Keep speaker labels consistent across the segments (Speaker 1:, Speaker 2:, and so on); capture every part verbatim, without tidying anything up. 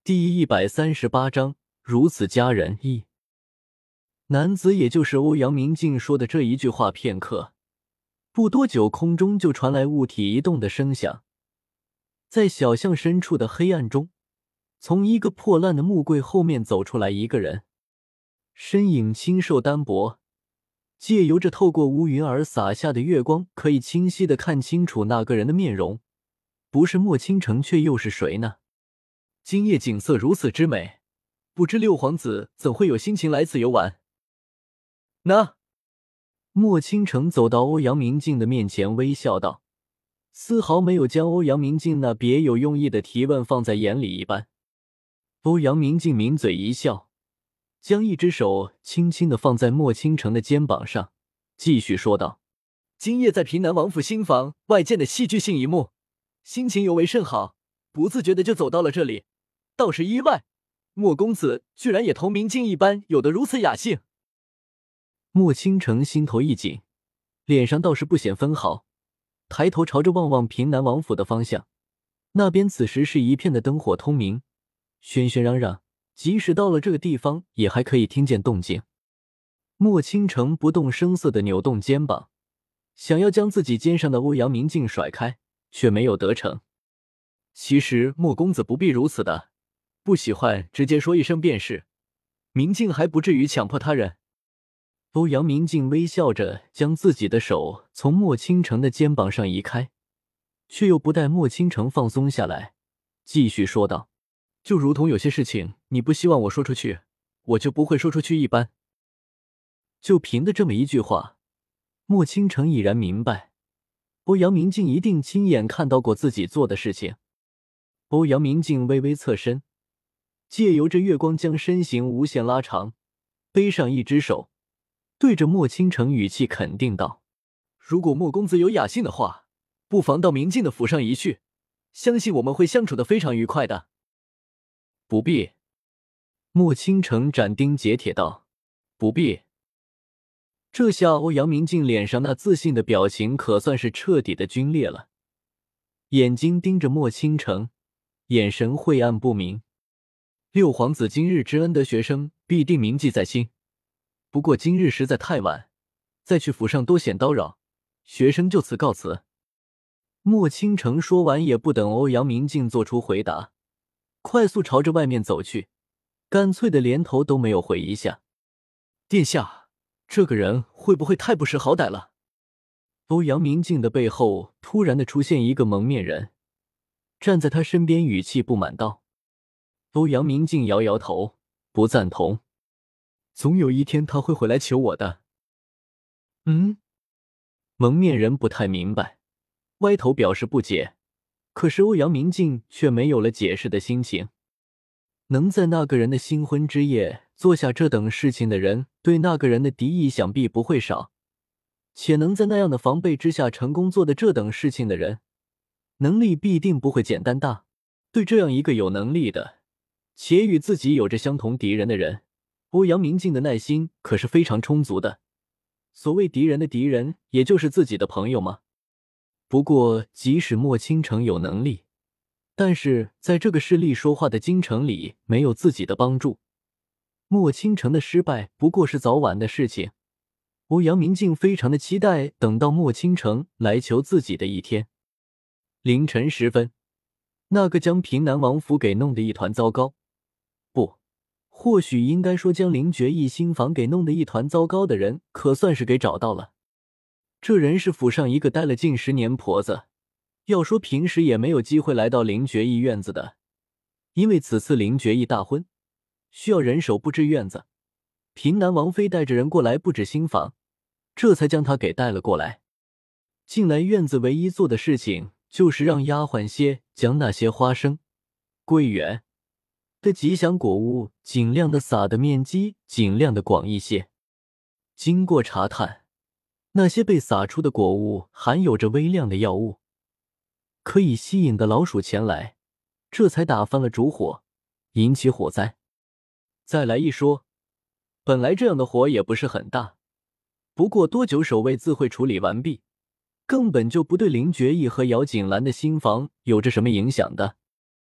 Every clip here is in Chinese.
Speaker 1: 第一百三十八章，如此佳人一。男子也就是欧阳明镜说的这一句话片刻，不多久空中就传来物体移动的声响，在小巷深处的黑暗中，从一个破烂的木柜后面走出来一个人，身影清瘦单薄，借由着透过乌云而洒下的月光，可以清晰地看清楚那个人的面容，不是莫倾城却又是谁呢？今夜景色如此之美，不知六皇子怎会有心情来此游玩？那莫倾城走到欧阳明镜的面前，微笑道，丝毫没有将欧阳明镜那别有用意的提问放在眼里一般。欧阳明镜抿嘴一笑，将一只手轻轻地放在莫倾城的肩膀上，继续说道，今夜在平南王府新房外见的戏剧性一幕，心情尤为甚好，不自觉的就走到了这里，倒是意外，莫公子居然也同明镜一般有得如此雅兴。莫倾城心头一紧，脸上倒是不显分毫，抬头朝着望望平南王府的方向，那边此时是一片的灯火通明，喧喧嚷嚷，即使到了这个地方也还可以听见动静。莫倾城不动声色地扭动肩膀，想要将自己肩上的欧阳明镜甩开，却没有得逞。其实莫公子不必如此的，不喜欢直接说一声便是，明镜还不至于强迫他人。欧阳明镜微笑着将自己的手从莫倾城的肩膀上移开，却又不待莫倾城放松下来，继续说道，就如同有些事情你不希望我说出去，我就不会说出去一般。就凭的这么一句话，莫倾城已然明白，欧阳明镜一定亲眼看到过自己做的事情。欧阳明镜微微侧身，借由着月光将身形无限拉长，背上一只手，对着莫倾城语气肯定道，如果莫公子有雅兴的话，不妨到明镜的府上一去，相信我们会相处得非常愉快的。不必。莫倾城斩钉截铁道，不必。这下欧阳明镜脸上那自信的表情可算是彻底的皲裂了，眼睛盯着莫倾城，眼神晦暗不明。六皇子今日之恩德，学生必定铭记在心，不过今日实在太晚，再去府上多显叨扰，学生就此告辞。莫倾城说完也不等欧阳明镜做出回答，快速朝着外面走去，干脆的连头都没有回一下。殿下，这个人会不会太不识好歹了？欧阳明镜的背后突然的出现一个蒙面人，站在他身边，语气不满道。欧阳明镜摇摇头，不赞同。总有一天他会回来求我的。嗯？蒙面人不太明白，歪头表示不解，可是欧阳明镜却没有了解释的心情。能在那个人的新婚之夜做下这等事情的人，对那个人的敌意想必不会少，且能在那样的防备之下成功做的这等事情的人，能力必定不会简单大。对这样一个有能力的且与自己有着相同敌人的人，欧阳明镜的耐心可是非常充足的。所谓敌人的敌人，也就是自己的朋友吗？不过即使莫倾城有能力，但是在这个势力说话的京城里没有自己的帮助，莫倾城的失败不过是早晚的事情。欧阳明镜非常的期待等到莫倾城来求自己的一天。凌晨时分，那个将平南王府给弄得一团糟糕，不，或许应该说将林觉义新房给弄得一团糟糕的人可算是给找到了。这人是府上一个待了近十年婆子，要说平时也没有机会来到林觉义院子的，因为此次林觉义大婚需要人手布置院子，平南王妃带着人过来布置新房，这才将他给带了过来。进来院子唯一做的事情就是让丫鬟些将那些花生、桂圆的吉祥果物尽量的撒的面积尽量的广一些。经过查探，那些被撒出的果物含有着微量的药物，可以吸引的老鼠前来，这才打翻了烛火，引起火灾。再来一说，本来这样的火也不是很大，不过多久守卫自会处理完毕，根本就不对林觉义和姚锦兰的新房有着什么影响的。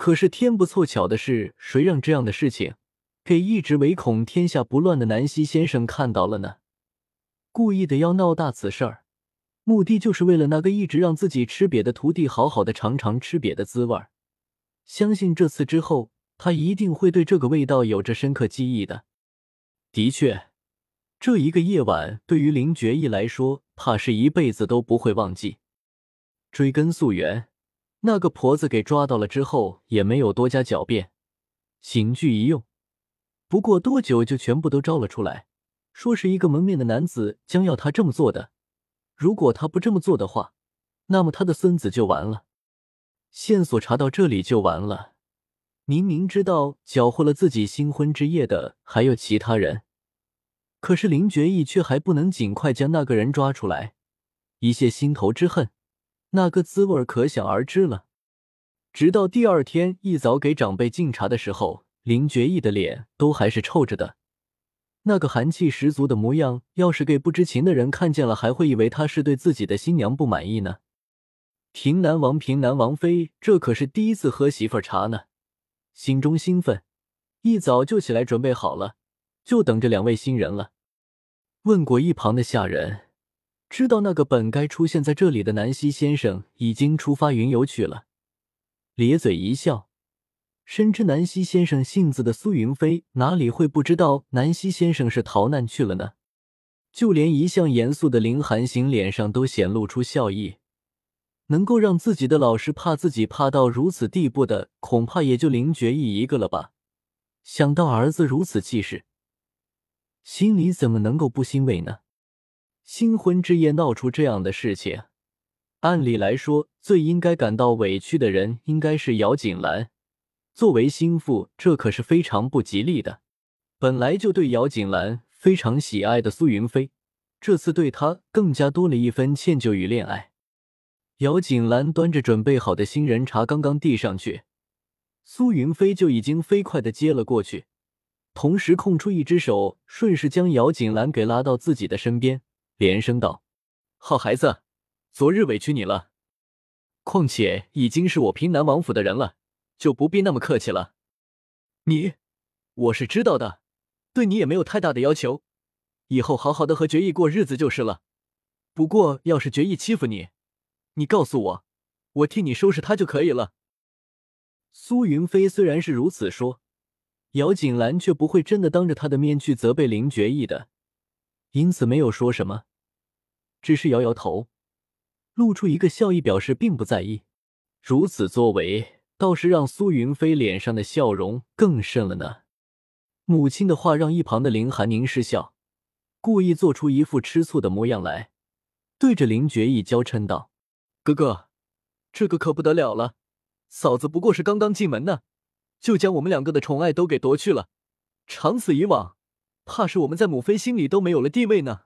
Speaker 1: 可是天不凑巧的是，谁让这样的事情给一直唯恐天下不乱的南希先生看到了呢？故意的要闹大此事儿，目的就是为了那个一直让自己吃瘪的徒弟好好的尝尝吃瘪的滋味儿。相信这次之后，他一定会对这个味道有着深刻记忆的。的确，这一个夜晚对于林觉义来说，怕是一辈子都不会忘记。追根溯源，那个婆子给抓到了之后，也没有多加狡辩，刑具一用，不过多久就全部都招了出来，说是一个蒙面的男子将要他这么做的。如果他不这么做的话，那么他的孙子就完了。线索查到这里就完了。明明知道搅和了自己新婚之夜的还有其他人，可是林觉义却还不能尽快将那个人抓出来，一泄心头之恨，那个滋味可想而知了。直到第二天一早给长辈敬茶的时候，林觉义的脸都还是臭着的，那个寒气十足的模样，要是给不知情的人看见了，还会以为他是对自己的新娘不满意呢。平南王平南王妃这可是第一次喝媳妇儿茶呢，心中兴奋，一早就起来准备好了，就等着两位新人了。问过一旁的下人，知道那个本该出现在这里的南希先生已经出发云游去了，咧嘴一笑。深知南希先生性子的苏云飞哪里会不知道南希先生是逃难去了呢？就连一向严肃的林寒行脸上都显露出笑意。能够让自己的老师怕自己怕到如此地步的，恐怕也就林觉义一个了吧。想到儿子如此气势，心里怎么能够不欣慰呢？新婚之夜闹出这样的事情，按理来说最应该感到委屈的人应该是姚锦兰。作为心腹，这可是非常不吉利的。本来就对姚锦兰非常喜爱的苏云飞，这次对她更加多了一分歉疚与恋爱。姚锦兰端着准备好的新人茶刚刚递上去，苏云飞就已经飞快地接了过去，同时空出一只手，顺势将姚锦兰给拉到自己的身边，连声道：好孩子，昨日委屈你了，况且已经是我平南王府的人了，就不必那么客气了。你，我是知道的，对你也没有太大的要求，以后好好的和决意过日子就是了。不过要是决意欺负你，你告诉我，我替你收拾他就可以了。苏云飞虽然是如此说，姚锦兰却不会真的当着他的面去责备林觉义的，因此没有说什么，只是摇摇头，露出一个笑意表示并不在意。如此作为倒是让苏云飞脸上的笑容更甚了呢。母亲的话让一旁的林寒宁失笑，故意做出一副吃醋的模样来，对着林觉义娇嗔道：哥哥，这个可不得了了，嫂子不过是刚刚进门呢，就将我们两个的宠爱都给夺去了，长此以往，怕是我们在母妃心里都没有了地位呢。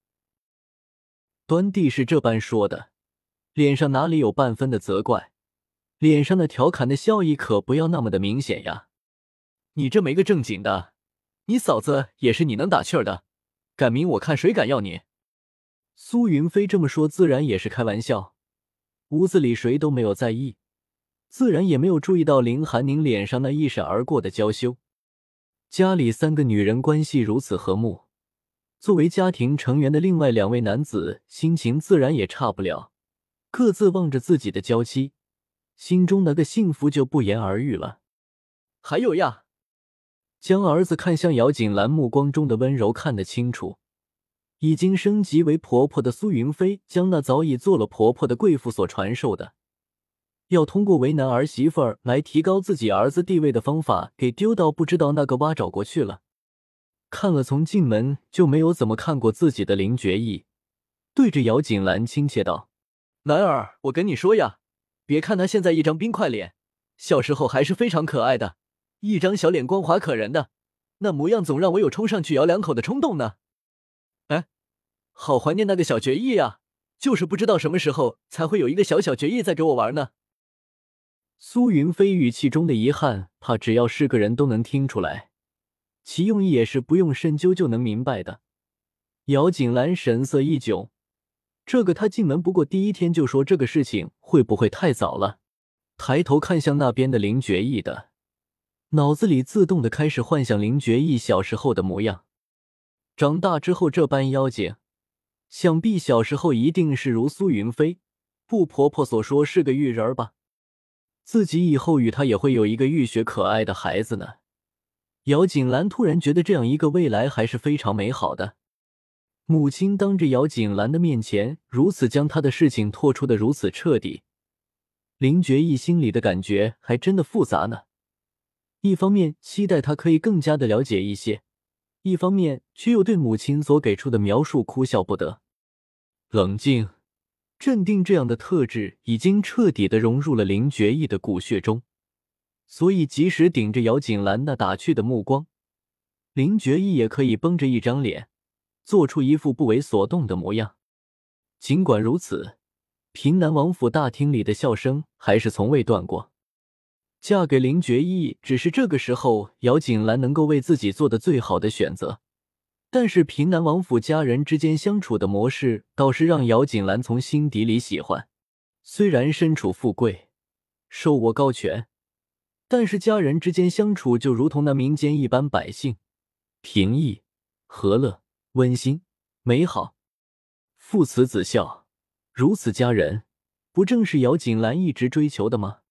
Speaker 1: 端地是这般说的，脸上哪里有半分的责怪，脸上的调侃的笑意可不要那么的明显呀。你这没个正经的，你嫂子也是你能打趣儿的，赶明我看谁敢要你。苏云飞这么说自然也是开玩笑，屋子里谁都没有在意，自然也没有注意到林寒宁脸上那一闪而过的娇羞。家里三个女人关系如此和睦，作为家庭成员的另外两位男子心情自然也差不了，各自望着自己的娇妻，心中那个幸福就不言而喻了。还有呀，将儿子看向姚锦兰目光中的温柔看得清楚，已经升级为婆婆的苏云飞将那早已做了婆婆的贵妇所传授的要通过为难儿媳妇儿来提高自己儿子地位的方法给丢到不知道那个挖找过去了。看了从进门就没有怎么看过自己的林觉义，对着姚锦兰亲切道：兰儿，我跟你说呀，别看他现在一张冰块脸，小时候还是非常可爱的，一张小脸光滑可人的，那模样总让我有冲上去咬两口的冲动呢。哎，好怀念那个小决意呀，就是不知道什么时候才会有一个小小决意再给我玩呢。苏云飞语气中的遗憾，怕只要是个人都能听出来，其用意也是不用深究就能明白的。姚锦兰神色一窘，这个他进门不过第一天就说这个事情，会不会太早了？ 抬头看向那边的林觉义的，脑子里自动的开始幻想林觉义小时候的模样。长大之后这般妖精，想必小时候一定是如苏云飞，不婆婆所说是个玉人儿吧？自己以后与她也会有一个浴血可爱的孩子呢。姚锦兰突然觉得这样一个未来还是非常美好的。母亲当着姚锦兰的面前如此将她的事情拖出的如此彻底，林觉义心里的感觉还真的复杂呢。一方面期待她可以更加的了解一些，一方面却又对母亲所给出的描述哭笑不得。冷静、镇定这样的特质已经彻底的融入了林觉义的骨血中，所以即使顶着姚锦兰那打趣的目光，林觉义也可以绷着一张脸，做出一副不为所动的模样。尽管如此，平南王府大厅里的笑声还是从未断过。嫁给林觉义只是这个时候姚锦兰能够为自己做的最好的选择，但是平南王府家人之间相处的模式倒是让姚锦兰从心底里喜欢。虽然身处富贵，手握高权，但是家人之间相处就如同那民间一般百姓，平易、和乐、温馨、美好。父慈子孝，如此家人，不正是姚锦兰一直追求的吗？